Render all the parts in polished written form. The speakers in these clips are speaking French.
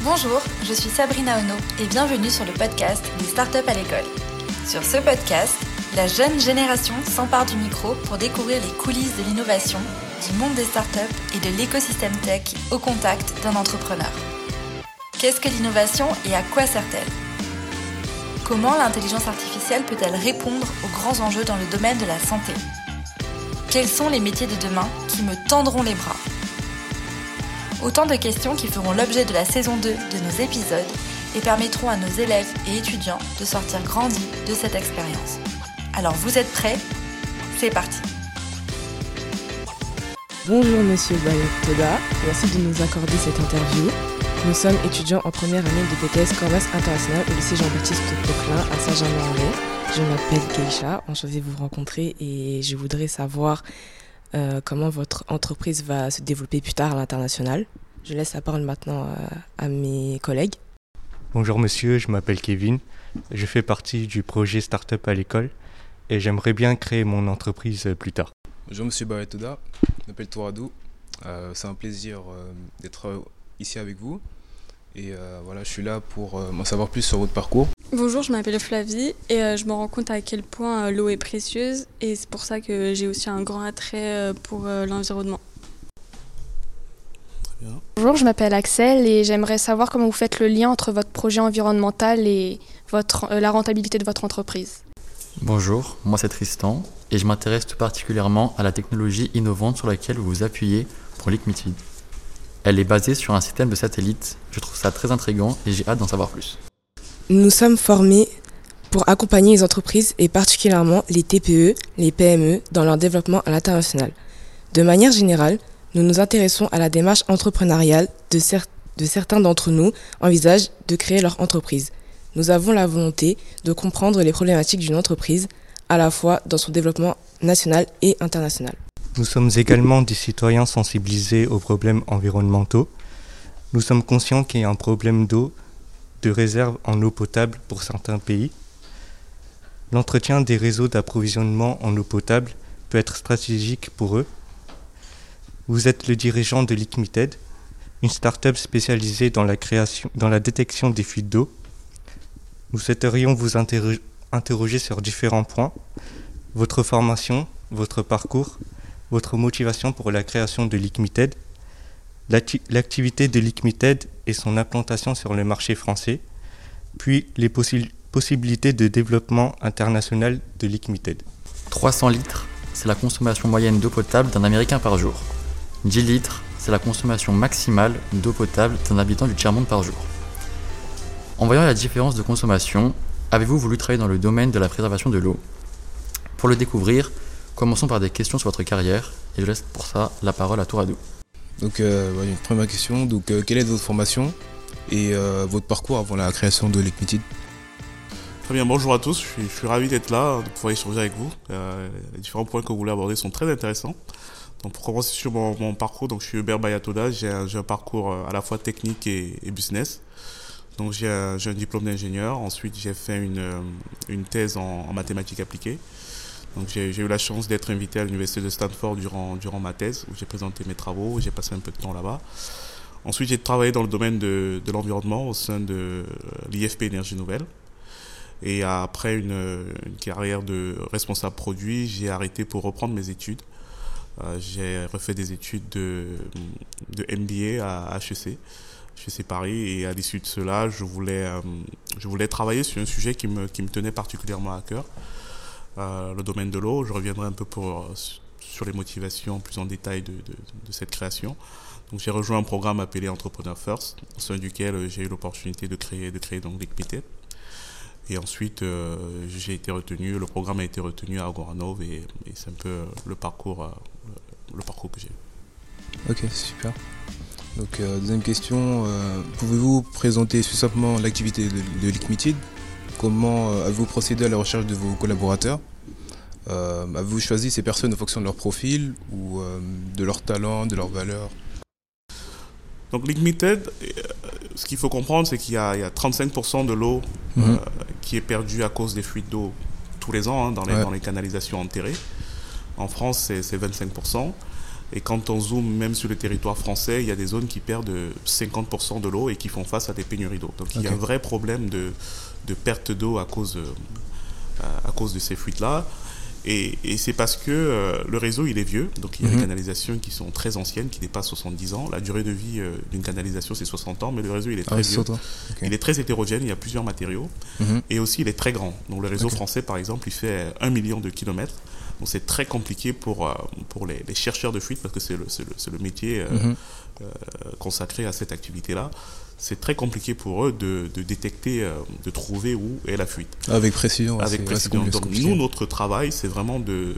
Bonjour, je suis Sabrina Ono et bienvenue sur le podcast des startups à l'école. Sur ce podcast, la jeune génération s'empare du micro pour découvrir les coulisses de l'innovation, du monde des startups et de l'écosystème tech au contact d'un entrepreneur. Qu'est-ce que l'innovation et à quoi sert-elle ? Comment l'intelligence artificielle peut-elle répondre aux grands enjeux dans le domaine de la santé ? Quels sont les métiers de demain qui me tendront les bras ? Autant de questions qui feront l'objet de la saison 2 de nos épisodes et permettront à nos élèves et étudiants de sortir grandis de cette expérience. Alors vous êtes prêts ? C'est parti ! Bonjour Monsieur Bayatoda, merci de nous accorder cette interview. Nous sommes étudiants en première année de BTS Commerce International au lycée Jean-Baptiste Poquelin à Saint-Germain-en-Laye. Je m'appelle Keisha, enchantée de vous rencontrer et je voudrais savoir comment votre entreprise va se développer plus tard à l'international. Je laisse la parole maintenant à mes collègues. Bonjour monsieur, je m'appelle Kevin. Je fais partie du projet Startup à l'école et j'aimerais bien créer mon entreprise plus tard. Bonjour monsieur Bayatoda, je m'appelle Touradou. C'est un plaisir d'être ici avec vous. Et voilà, je suis là pour en savoir plus sur votre parcours. Bonjour, je m'appelle Flavie et je me rends compte à quel point l'eau est précieuse et c'est pour ça que j'ai aussi un grand attrait pour l'environnement. Très bien. Bonjour, je m'appelle Axel et j'aimerais savoir comment vous faites le lien entre votre projet environnemental et la rentabilité de votre entreprise. Bonjour, moi c'est Tristan et je m'intéresse tout particulièrement à la technologie innovante sur laquelle vous vous appuyez pour Liquimity. Elle est basée sur un système de satellites. Je trouve ça très intriguant et j'ai hâte d'en savoir plus. Nous sommes formés pour accompagner les entreprises et particulièrement les TPE, les PME dans leur développement à l'international. De manière générale, nous nous intéressons à la démarche entrepreneuriale de certains d'entre nous envisagent de créer leur entreprise. Nous avons la volonté de comprendre les problématiques d'une entreprise à la fois dans son développement national et international. Nous sommes également des citoyens sensibilisés aux problèmes environnementaux. Nous sommes conscients qu'il y a un problème d'eau, de réserve en eau potable pour certains pays. L'entretien des réseaux d'approvisionnement en eau potable peut être stratégique pour eux. Vous êtes le dirigeant de Liquimted, une start-up spécialisée dans la détection des fuites d'eau. Nous souhaiterions vous interroger sur différents points, votre formation, votre parcours, votre motivation pour la création de Liquimted, l'activité de Liquimted et son implantation sur le marché français, puis les possibilités de développement international de Liquimted. 300 litres, c'est la consommation moyenne d'eau potable d'un Américain par jour. 10 litres, c'est la consommation maximale d'eau potable d'un habitant du tiers-monde par jour. En voyant la différence de consommation, avez-vous voulu travailler dans le domaine de la préservation de l'eau ? Pour le découvrir, commençons par des questions sur votre carrière et je laisse pour ça la parole à Touradou. Donc, une première question. Donc, quelle est votre formation et votre parcours avant la création de Liquimity ? Très bien, bonjour à tous. Je suis ravi d'être là, de pouvoir échanger avec vous. Les différents points que vous voulez aborder sont très intéressants. Donc, pour commencer sur mon parcours, donc je suis Hubert Bayatoda. J'ai un parcours à la fois technique et business. Donc, j'ai un diplôme d'ingénieur. Ensuite, j'ai fait une thèse en mathématiques appliquées. Donc j'ai eu la chance d'être invité à l'université de Stanford durant ma thèse, où j'ai présenté mes travaux, j'ai passé un peu de temps là-bas. Ensuite, j'ai travaillé dans le domaine de l'environnement au sein de l'IFP Énergie Nouvelle. Et après une carrière de responsable produit, j'ai arrêté pour reprendre mes études. J'ai refait des études de MBA à HEC Paris. Et à l'issue de cela, je voulais travailler sur un sujet qui me tenait particulièrement à cœur. Le domaine de l'eau. Je reviendrai un peu sur les motivations plus en détail de cette création. Donc j'ai rejoint un programme appelé Entrepreneur First, au sein duquel j'ai eu l'opportunité de créer donc Liquimted. Et ensuite j'ai été retenu, le programme a été retenu à Agoranov et c'est un peu le parcours que j'ai. Ok, super. Donc deuxième question, pouvez-vous présenter succinctement l'activité de Liquimted ? Comment avez-vous procédé à la recherche de vos collaborateurs ? Avez-vous choisi ces personnes en fonction de leur profil ou de leur talent, de leurs valeurs ? Donc Liquimted, ce qu'il faut comprendre, c'est qu'il y a 35% de l'eau qui est perdue à cause des fuites d'eau tous les ans dans les canalisations enterrées. En France, c'est 25%. Et quand on zoome même sur le territoire français, il y a des zones qui perdent 50% de l'eau et qui font face à des pénuries d'eau. Donc il y a un vrai problème de perte d'eau à cause de ces fuites-là. Et c'est parce que le réseau, il est vieux. Donc il y a des canalisations qui sont très anciennes, qui dépassent 70 ans. La durée de vie d'une canalisation, c'est 60 ans, mais le réseau, il est très vieux. Il est très hétérogène, il y a plusieurs matériaux. Et aussi, il est très grand. Donc le réseau français, par exemple, il fait 1 million de kilomètres. Donc c'est très compliqué pour les chercheurs de fuite, parce que c'est le métier consacré à cette activité-là. C'est très compliqué pour eux de détecter, de trouver où est la fuite. Avec précision. Avec précision. Donc nous, notre travail, c'est vraiment de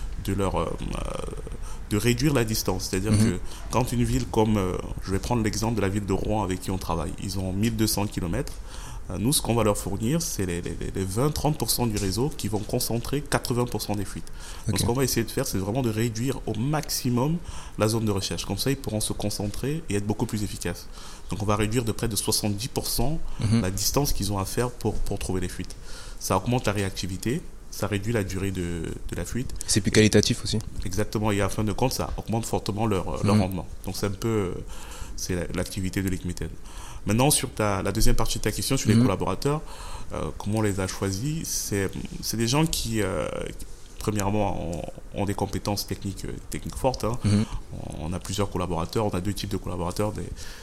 réduire la distance. C'est-à-dire que quand une ville comme, je vais prendre l'exemple de la ville de Rouen avec qui on travaille, ils ont 1200 km. Nous, ce qu'on va leur fournir, c'est les 20-30% du réseau qui vont concentrer 80% des fuites. Donc, ce qu'on va essayer de faire, c'est vraiment de réduire au maximum la zone de recherche. Comme ça, ils pourront se concentrer et être beaucoup plus efficaces. Donc, on va réduire de près de 70% la distance qu'ils ont à faire pour trouver les fuites. Ça augmente la réactivité, ça réduit la durée de la fuite. C'est plus qualitatif aussi. Exactement, et à fin de compte, ça augmente fortement leur rendement. Donc, c'est un peu l'activité de l'ICMETED. Maintenant, sur la deuxième partie de ta question, sur les collaborateurs, comment on les a choisis, c'est des gens qui, premièrement, ont des compétences techniques fortes. On a plusieurs collaborateurs, on a 2 types de collaborateurs.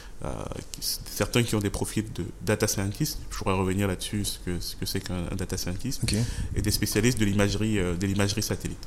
Certains qui ont des profils de data scientist, je pourrais revenir là-dessus, ce que c'est qu'un data scientist, et des spécialistes de l'imagerie satellite.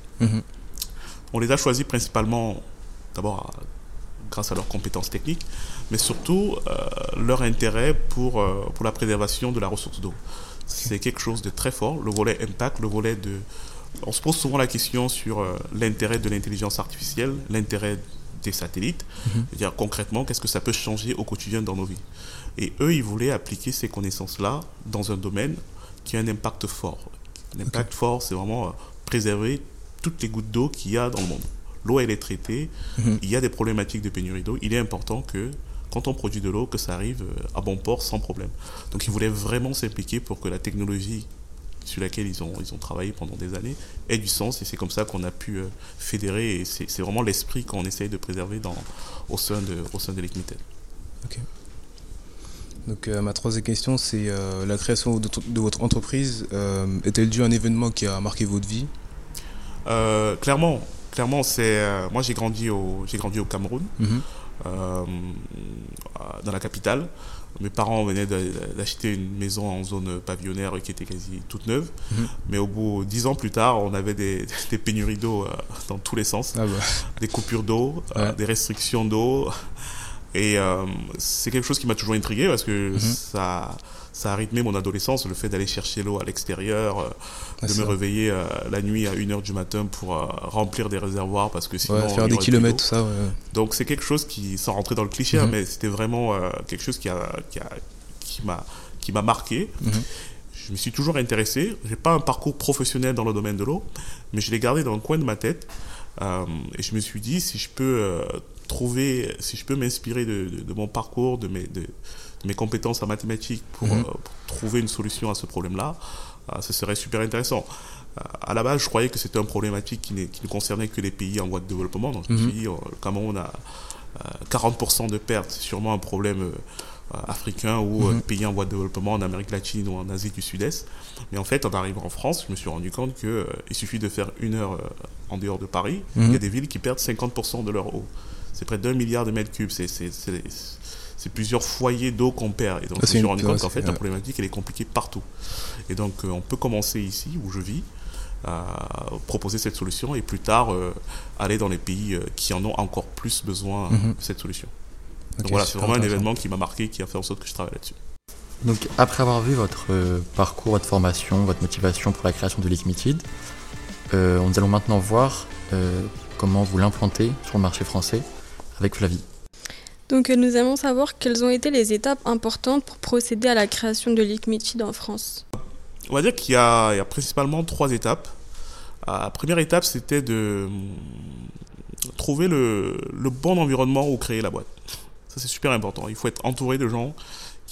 On les a choisis principalement, d'abord, grâce à leurs compétences techniques, mais surtout leur intérêt pour la préservation de la ressource d'eau. C'est quelque chose de très fort, le volet impact, le volet de... On se pose souvent la question sur l'intérêt de l'intelligence artificielle, l'intérêt des satellites, c'est-à-dire concrètement, qu'est-ce que ça peut changer au quotidien dans nos vies. Et eux, ils voulaient appliquer ces connaissances-là dans un domaine qui a un impact fort. L'impact fort, c'est vraiment préserver toutes les gouttes d'eau qu'il y a dans le monde. L'eau, elle est traitée, il y a des problématiques de pénurie d'eau. Il est important que, quand on produit de l'eau, que ça arrive à bon port sans problème. Donc, ils voulaient vraiment s'impliquer pour que la technologie sur laquelle ils ont travaillé pendant des années ait du sens. Et c'est comme ça qu'on a pu fédérer. Et c'est vraiment l'esprit qu'on essaye de préserver au sein de l'ICMETED. Ok. Donc, ma troisième question, c'est la création de votre entreprise est-elle due à un événement qui a marqué votre vie ? Clairement, c'est moi j'ai grandi au Cameroun, dans la capitale. Mes parents venaient d'acheter une maison en zone pavillonnaire qui était quasi toute neuve, mais au bout 10 ans plus tard, on avait des pénuries d'eau dans tous les sens, des coupures d'eau, des restrictions d'eau, et c'est quelque chose qui m'a toujours intrigué parce que ça a rythmé mon adolescence, le fait d'aller chercher l'eau à l'extérieur, de me réveiller la nuit à 1h du matin pour remplir des réservoirs parce que sinon... faire des kilomètres, tout ça. Donc c'est quelque chose qui, sans rentrer dans le cliché, mais c'était vraiment quelque chose qui m'a marqué. Je me suis toujours intéressé. Je n'ai pas un parcours professionnel dans le domaine de l'eau, mais je l'ai gardé dans le coin de ma tête. Et je me suis dit, si je peux m'inspirer de mon parcours, de mes compétences en mathématiques pour trouver une solution à ce problème-là, ce serait super intéressant. À la base, je croyais que c'était une problématique qui ne concernait que les pays en voie de développement. Donc, je me suis dit, le Cameroun a 40% de pertes, c'est sûrement un problème africain ou pays en voie de développement en Amérique latine ou en Asie du Sud-Est. Mais en fait, en arrivant en France, je me suis rendu compte qu'il suffit de faire 1 heure en dehors de Paris. Il y a des villes qui perdent 50% de leur eau. C'est près d'1 milliard de mètres cubes. C'est plusieurs foyers d'eau qu'on perd. Et donc, je me suis rendu compte qu'en fait, la problématique, elle est compliquée partout. Et donc, on peut commencer ici, où je vis, à proposer cette solution et plus tard, aller dans les pays qui en ont encore plus besoin de cette solution. Donc voilà, c'est vraiment un événement qui m'a marqué, qui a fait en sorte que je travaille là-dessus. Donc, après avoir vu votre parcours, votre formation, votre motivation pour la création de l'ICMETED, nous allons maintenant voir comment vous l'implantez sur le marché français avec Flavie. Donc nous aimons savoir quelles ont été les étapes importantes pour procéder à la création de l'ICMETED en France. On va dire qu'il y a principalement 3 étapes. La première étape, c'était de trouver le bon environnement où créer la boîte. Ça, c'est super important. Il faut être entouré de gens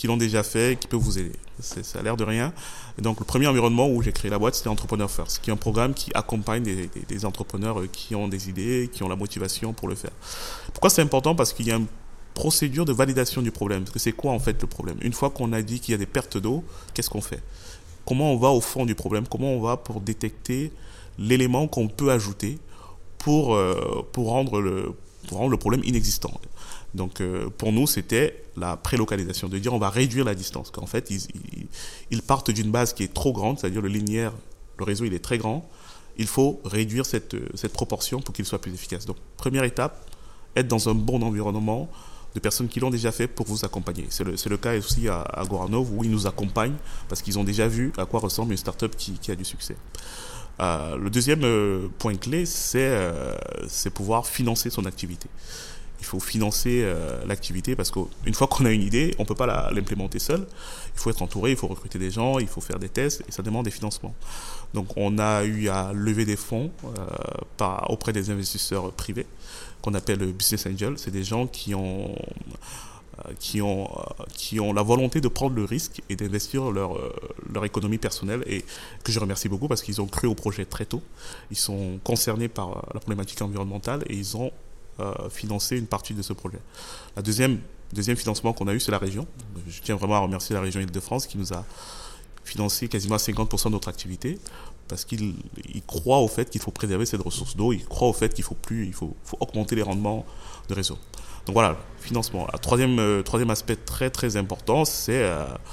qui l'ont déjà fait, qui peuvent vous aider. Ça a l'air de rien. Et donc, le premier environnement où j'ai créé la boîte, c'était Entrepreneur First, qui est un programme qui accompagne des entrepreneurs qui ont des idées, qui ont la motivation pour le faire. Pourquoi c'est important? Parce qu'il y a une procédure de validation du problème. Parce que c'est quoi en fait le problème? Une fois qu'on a dit qu'il y a des pertes d'eau, qu'est-ce qu'on fait? Comment on va au fond du problème? Comment on va pour détecter l'élément qu'on peut ajouter pour rendre le problème inexistant? Donc, pour nous, c'était la prélocalisation, de dire on va réduire la distance. Qu'en fait, ils partent d'une base qui est trop grande, c'est-à-dire le linéaire, le réseau, il est très grand. Il faut réduire cette proportion pour qu'il soit plus efficace. Donc, première étape, être dans un bon environnement de personnes qui l'ont déjà fait pour vous accompagner. C'est le cas aussi à Goranov, où ils nous accompagnent parce qu'ils ont déjà vu à quoi ressemble une start-up qui a du succès. Le deuxième point clé, c'est pouvoir financer son activité. Il faut financer l'activité parce qu'une fois qu'on a une idée, on ne peut pas l'implémenter seul. Il faut être entouré, il faut recruter des gens, il faut faire des tests et ça demande des financements. Donc on a eu à lever des fonds auprès des investisseurs privés qu'on appelle Business Angels. C'est des gens qui ont la volonté de prendre le risque et d'investir leur économie personnelle et que je remercie beaucoup parce qu'ils ont cru au projet très tôt. Ils sont concernés par la problématique environnementale et ils ont financer une partie de ce projet. La deuxième financement qu'on a eu, c'est la région. Je tiens vraiment à remercier la région Île-de-France qui nous a financé quasiment à 50% de notre activité parce qu'ils croient au fait qu'il faut préserver cette ressource d'eau, ils croient au fait qu'il faut augmenter les rendements de réseau. Donc voilà, financement. Troisième aspect très très important, c'est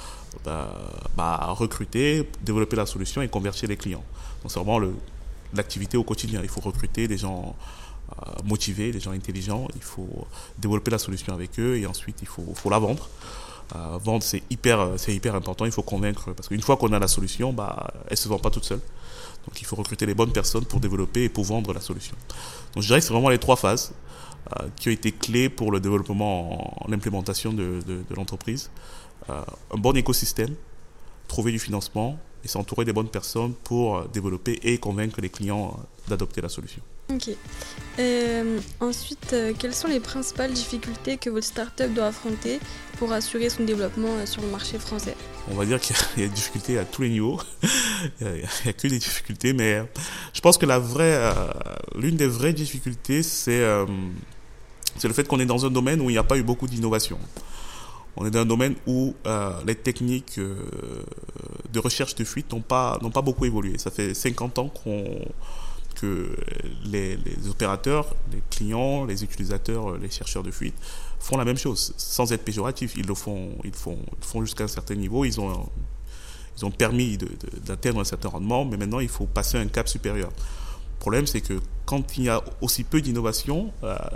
recruter, développer la solution et convertir les clients. Donc c'est vraiment l'activité au quotidien. Il faut recruter des gens motivés, des gens intelligents, il faut développer la solution avec eux et ensuite il faut la vendre. Vendre, c'est hyper important, il faut convaincre, parce qu'une fois qu'on a la solution, elle ne se vend pas toute seule. Donc il faut recruter les bonnes personnes pour développer et pour vendre la solution. Donc je dirais que c'est vraiment les trois phases qui ont été clés pour le développement, l'implémentation de l'entreprise. Un bon écosystème, trouver du financement et s'entourer des bonnes personnes pour développer et convaincre les clients d'adopter la solution. Ok. Ensuite, quelles sont les principales difficultés que votre start-up doit affronter pour assurer son développement sur le marché français? On va dire qu'il y a des difficultés à tous les niveaux. Il n'y a que des difficultés, mais je pense que l'une des vraies difficultés, c'est le fait qu'on est dans un domaine où il n'y a pas eu beaucoup d'innovation. On est dans un domaine où les techniques de recherche de fuite n'ont pas beaucoup évolué. Ça fait 50 ans que les opérateurs, les clients, les utilisateurs, les chercheurs de fuite font la même chose, sans être péjoratif. Ils le font jusqu'à un certain niveau. Ils ont permis d'atteindre un certain rendement, mais maintenant il faut passer un cap supérieur. Le problème, c'est que quand il y a aussi peu d'innovation,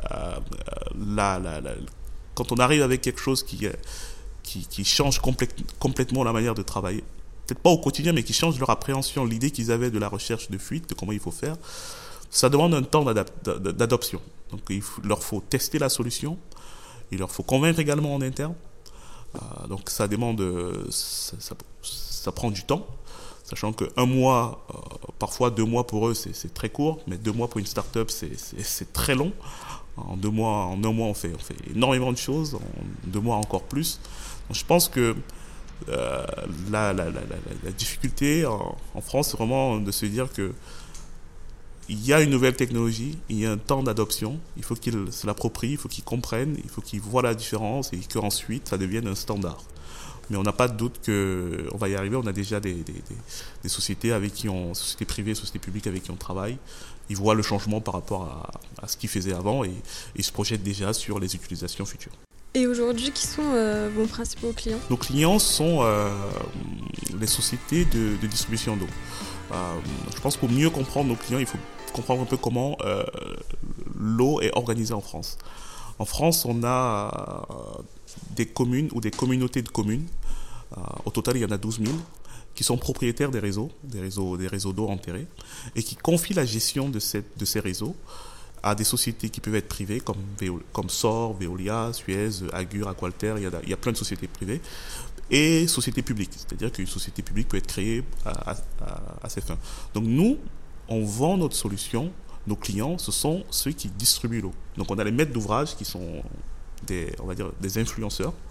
quand on arrive avec quelque chose qui change complètement la manière de travailler, peut-être pas au quotidien, mais qui change leur appréhension, l'idée qu'ils avaient de la recherche de fuite, de comment il faut faire, ça demande un temps d'adoption. Donc il leur faut tester la solution, il leur faut convaincre également en interne. Donc ça demande, ça prend du temps, sachant qu'un mois, parfois 2 mois pour eux, c'est très court, mais 2 mois pour une start-up, c'est très long. En un mois, on fait énormément de choses, en 2 mois encore plus. Donc je pense que la difficulté en France, c'est vraiment de se dire que il y a une nouvelle technologie, il y a un temps d'adoption, il faut qu'ils se l'approprient, il faut qu'ils comprennent, il faut qu'ils voient la différence et qu'ensuite ça devienne un standard. Mais on n'a pas de doute qu'on va y arriver. On a déjà des sociétés sociétés privées, sociétés publiques avec qui on travaille. Ils voient le changement par rapport à ce qu'ils faisaient avant et ils se projettent déjà sur les utilisations futures. Et aujourd'hui, qui sont vos principaux clients? Nos clients sont les sociétés de distribution d'eau. Je pense que pour mieux comprendre nos clients, il faut comprendre un peu comment l'eau est organisée en France. En France, on a des communes ou des communautés de communes. Au total, il y en a 12 000 qui sont propriétaires des réseaux d'eau enterrés et qui confient la gestion de ces réseaux à des sociétés qui peuvent être privées comme SOR, Veolia, Suez, Agur, Aqualter, il y a plein de sociétés privées et sociétés publiques, c'est-à-dire qu'une société publique peut être créée à ces fins. Donc nous, on vend notre solution, nos clients, ce sont ceux qui distribuent l'eau. Donc on a les maîtres d'ouvrage qui sont des influenceurs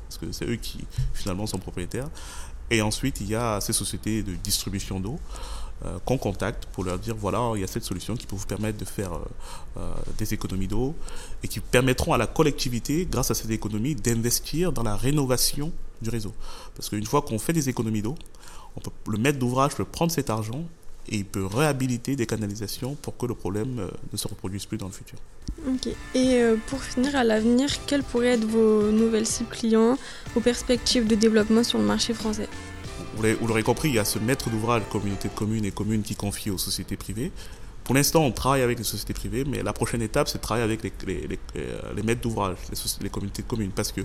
parce que c'est eux qui finalement sont propriétaires. Et ensuite, il y a ces sociétés de distribution d'eau qu'on contacte pour leur dire voilà, il y a cette solution qui peut vous permettre de faire des économies d'eau et qui permettront à la collectivité, grâce à cette économie, d'investir dans la rénovation du réseau. Parce qu'une fois qu'on fait des économies d'eau, le maître d'ouvrage peut prendre cet argent et il peut réhabiliter des canalisations pour que le problème ne se reproduise plus dans le futur. Ok. Et pour finir, à l'avenir, quelles pourraient être vos nouvelles cibles clients, vos perspectives de développement sur le marché français ? Vous l'aurez compris, il y a ce maître d'ouvrage, communauté de communes et communes qui confie aux sociétés privées. Pour l'instant, on travaille avec les sociétés privées, mais la prochaine étape, c'est de travailler avec les maîtres d'ouvrage, les communautés de communes, parce que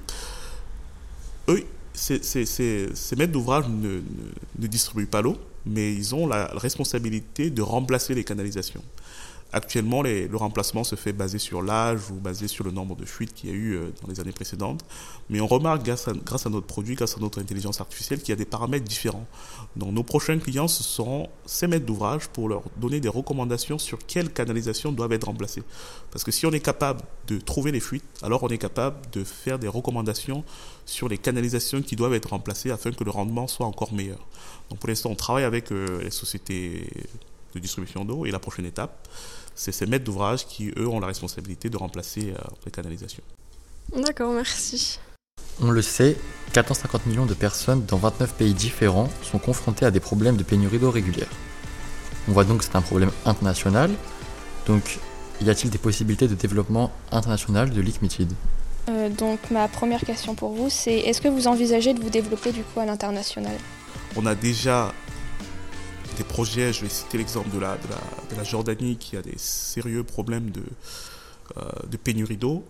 eux, ces maîtres d'ouvrage ne distribuent pas l'eau, mais ils ont la responsabilité de remplacer les canalisations. Actuellement, le remplacement se fait basé sur l'âge ou basé sur le nombre de fuites qu'il y a eu dans les années précédentes. Mais on remarque, grâce à notre produit, grâce à notre intelligence artificielle, qu'il y a des paramètres différents. Donc nos prochains clients, ce seront ces maîtres d'ouvrage pour leur donner des recommandations sur quelles canalisations doivent être remplacées. Parce que si on est capable de trouver les fuites, alors on est capable de faire des recommandations sur les canalisations qui doivent être remplacées afin que le rendement soit encore meilleur. Donc pour l'instant, on travaille avec les sociétés de distribution d'eau et la prochaine étape, c'est ces maîtres d'ouvrage qui, eux, ont la responsabilité de remplacer les canalisations. D'accord, merci. On le sait, 450 millions de personnes dans 29 pays différents sont confrontées à des problèmes de pénurie d'eau régulière. On voit donc que c'est un problème international. Donc, y a-t-il des possibilités de développement international de Liquimitude ? Donc ma première question pour vous, c'est est-ce que vous envisagez de vous développer du coup à l'international ? On a déjà des projets, je vais citer l'exemple de la Jordanie qui a des sérieux problèmes de pénurie d'eau.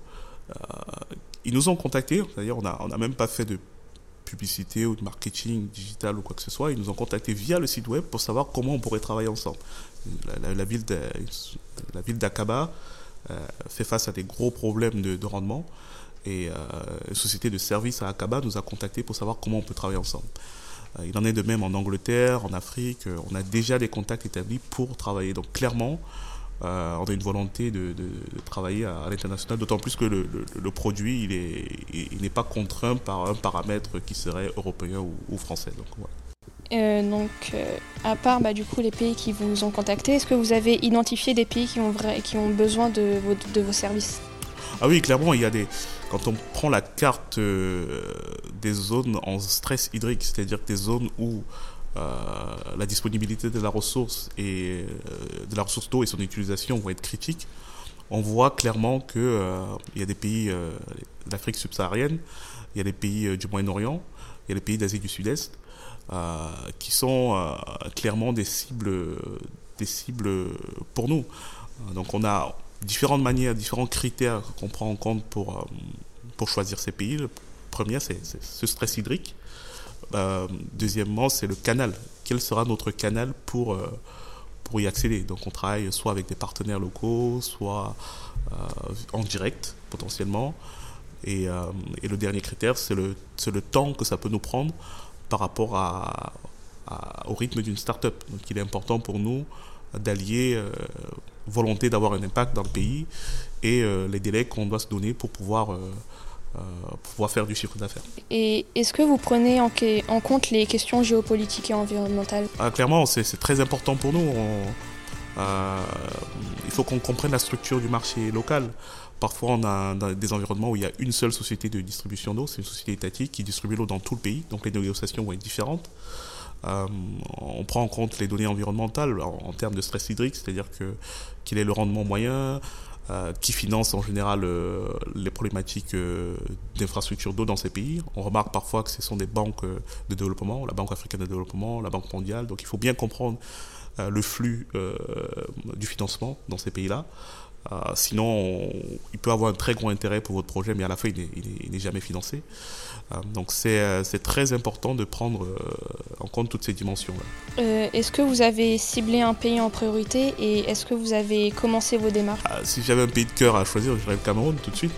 Ils nous ont contactés, c'est-à-dire on n'a même pas fait de publicité ou de marketing digital ou quoi que ce soit. Ils nous ont contactés via le site web pour savoir comment on pourrait travailler ensemble. La ville d'Aqaba fait face à des gros problèmes de rendement et une société de services à Aqaba nous a contactés pour savoir comment on peut travailler ensemble. Il en est de même en Angleterre, en Afrique. On a déjà des contacts établis pour travailler. Donc clairement, on a une volonté de travailler à l'international, d'autant plus que le produit, il n'est pas contraint par un paramètre qui serait européen ou français. Donc, voilà. À part du coup les pays qui vous ont contacté, est-ce que vous avez identifié des pays qui ont besoin de vos services ? Ah oui, clairement, quand on prend la carte des zones en stress hydrique, c'est-à-dire des zones où la disponibilité de la ressource d'eau et son utilisation vont être critiques, on voit clairement qu'il y a des pays d'Afrique subsaharienne, il y a des pays du Moyen-Orient, il y a des pays d'Asie du Sud-Est, qui sont clairement des cibles pour nous. Donc on a différentes manières, différents critères qu'on prend en compte pour choisir ces pays. Le premier, c'est ce stress hydrique. Deuxièmement, c'est le canal. Quel sera notre canal pour y accéder ? Donc on travaille soit avec des partenaires locaux, soit en direct potentiellement. Et le dernier critère, c'est le temps que ça peut nous prendre par rapport au rythme d'une start-up. Donc il est important pour nous d'allier volonté d'avoir un impact dans le pays et les délais qu'on doit se donner pour pouvoir faire du chiffre d'affaires. Et est-ce que vous prenez en compte les questions géopolitiques et environnementales ? Clairement, c'est très important pour nous. Il faut qu'on comprenne la structure du marché local. Parfois, on a des environnements où il y a une seule société de distribution d'eau, c'est une société étatique qui distribue l'eau dans tout le pays, donc les négociations vont être différentes. On prend en compte les données environnementales en termes de stress hydrique, c'est-à-dire quel est le rendement moyen, qui finance en général les problématiques d'infrastructure d'eau dans ces pays. On remarque parfois que ce sont des banques de développement, la Banque africaine de développement, la Banque mondiale, donc il faut bien comprendre le flux du financement dans ces pays-là. Sinon, il peut avoir un très gros intérêt pour votre projet, mais à la fin, il n'est jamais financé. Donc, c'est très important de prendre en compte toutes ces dimensions-là. Est-ce que vous avez ciblé un pays en priorité et est-ce que vous avez commencé vos démarches ? Si j'avais un pays de cœur à choisir, je dirais le Cameroun tout de suite.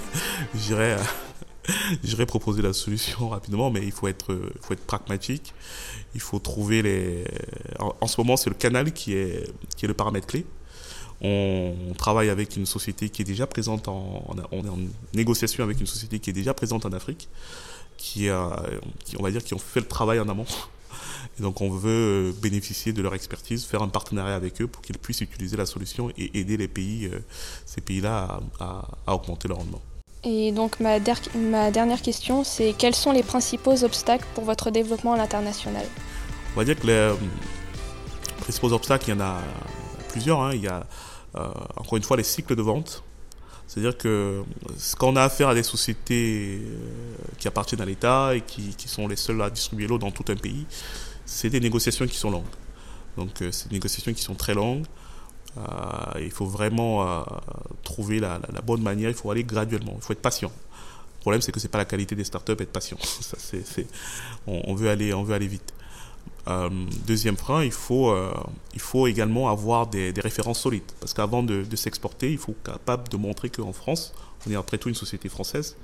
J'irais proposer la solution rapidement, mais il faut être pragmatique. Il faut trouver En ce moment, c'est le canal qui est le paramètre clé. On travaille avec une société qui est déjà présente on est en négociation avec une société qui est déjà présente en Afrique on va dire, qui ont fait le travail en amont. Et donc on veut bénéficier de leur expertise, faire un partenariat avec eux pour qu'ils puissent utiliser la solution et aider ces pays-là à augmenter leur rendement. Et donc ma dernière question, c'est quels sont les principaux obstacles pour votre développement à l'international ? On va dire que les principaux obstacles, il y en a plusieurs. Il y a encore une fois les cycles de vente. C'est-à-dire que quand on a affaire à des sociétés qui appartiennent à l'État et qui sont les seules à distribuer l'eau dans tout un pays, c'est des négociations qui sont longues. Donc c'est des négociations qui sont très longues. Il faut vraiment trouver la bonne manière, il faut aller graduellement, il faut être patient. Le problème, c'est que ce n'est pas la qualité des startups, être patient. Ça, on veut aller vite. Deuxième frein, il faut également avoir des références solides. Parce qu'avant de s'exporter, il faut être capable de montrer qu'en France, on est après tout une société française,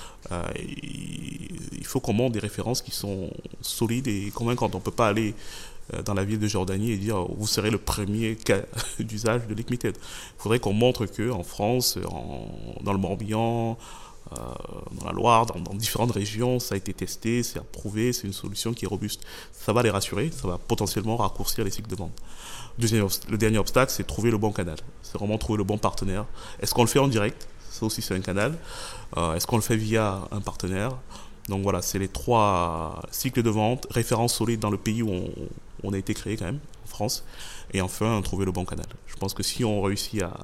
il faut qu'on montre des références qui sont solides et convaincantes. On ne peut pas aller dans la ville de Jordanie et dire vous serez le premier cas d'usage de Liquimited. Il faudrait qu'on montre qu'en France, dans le Morbihan, dans la Loire, dans différentes régions, ça a été testé, c'est approuvé, c'est une solution qui est robuste. Ça va les rassurer, ça va potentiellement raccourcir les cycles de vente. Le dernier obstacle, c'est trouver le bon canal. C'est vraiment trouver le bon partenaire. Est-ce qu'on le fait en direct ? Ça aussi, c'est un canal. Est-ce qu'on le fait via un partenaire ? Donc voilà, c'est les 3 cycles de vente, références solides dans le pays où on a été créé quand même, en France. Et enfin, trouver le bon canal. Je pense que si on réussit à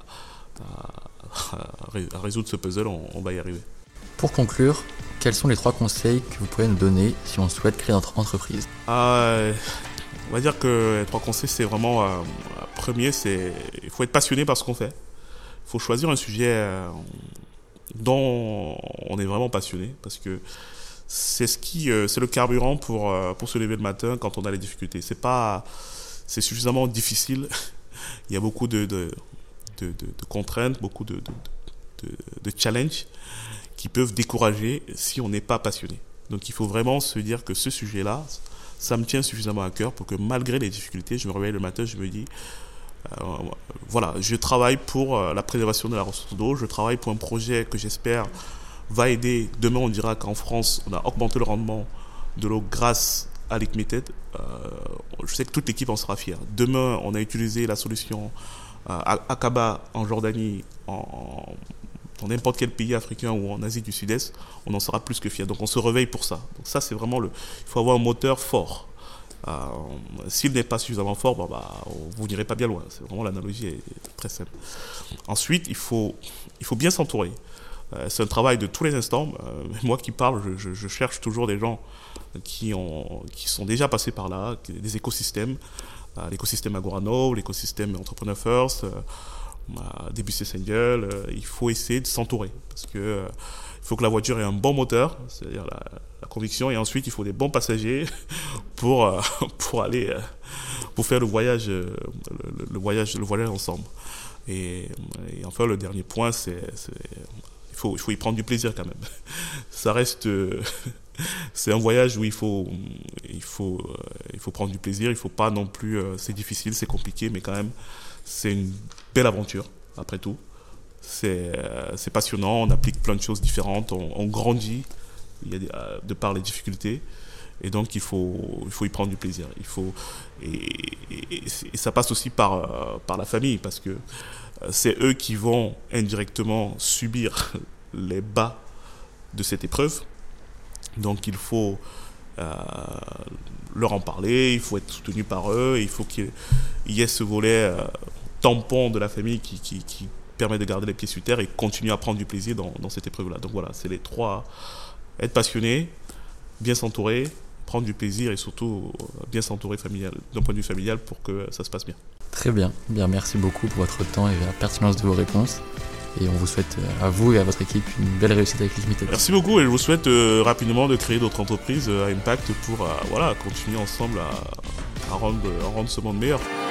résoudre ce puzzle, on va y arriver. Pour conclure, quels sont les 3 conseils que vous pourriez nous donner si on souhaite créer notre entreprise ? On va dire que les 3 conseils, c'est vraiment... premier, il faut être passionné par ce qu'on fait. Il faut choisir un sujet dont on est vraiment passionné, parce que c'est le carburant pour se lever le matin quand on a les difficultés. C'est suffisamment difficile. Il y a beaucoup de contraintes, beaucoup de challenges qui peuvent décourager si on n'est pas passionné. Donc il faut vraiment se dire que ce sujet-là, ça me tient suffisamment à cœur pour que malgré les difficultés, je me réveille le matin, je me dis voilà, je travaille pour la préservation de la ressource d'eau, je travaille pour un projet que j'espère va aider. Demain, on dira qu'en France, on a augmenté le rendement de l'eau grâce à Liquimited. Je sais que toute l'équipe en sera fière. Demain, on a utilisé la solution à Aqaba en Jordanie, dans n'importe quel pays africain ou en Asie du Sud-Est, on en sera plus que fier. Donc on se réveille pour ça. Donc ça, c'est vraiment il faut avoir un moteur fort. S'il n'est pas suffisamment fort, vous n'irez pas bien loin. C'est vraiment, l'analogie est très simple. Ensuite, il faut bien s'entourer. C'est un travail de tous les instants. Moi qui parle, je cherche toujours des gens qui sont déjà passés par là, des écosystèmes, l'écosystème Agorano, l'écosystème Entrepreneur First, Début Angel. Il faut essayer de s'entourer parce que il faut que la voiture ait un bon moteur, c'est-à-dire la conviction, et ensuite il faut des bons passagers pour faire le voyage ensemble. Et enfin, le dernier point, il faut y prendre du plaisir quand même. Ça reste c'est un voyage où il faut prendre du plaisir. Il faut pas non plus, c'est difficile, c'est compliqué, mais quand même c'est une belle aventure après tout. C'est passionnant, on applique plein de choses différentes, on grandit de par les difficultés, et donc il faut y prendre du plaisir. Et ça passe aussi par la famille, parce que c'est eux qui vont indirectement subir les bas de cette épreuve. Donc il faut leur en parler, il faut être soutenu par eux, et il faut qu'il y ait ce volet tampon de la famille qui permet de garder les pieds sur terre et continuer à prendre du plaisir dans cette épreuve-là. Donc voilà, c'est les 3: être passionné, bien s'entourer, prendre du plaisir et surtout bien s'entourer d'un point de vue familial pour que ça se passe bien. Très bien. Merci beaucoup pour votre temps et la pertinence de vos réponses. Et on vous souhaite, à vous et à votre équipe, une belle réussite avec Liquimited. Merci beaucoup, et je vous souhaite rapidement de créer d'autres entreprises à impact pour continuer ensemble à rendre ce monde meilleur.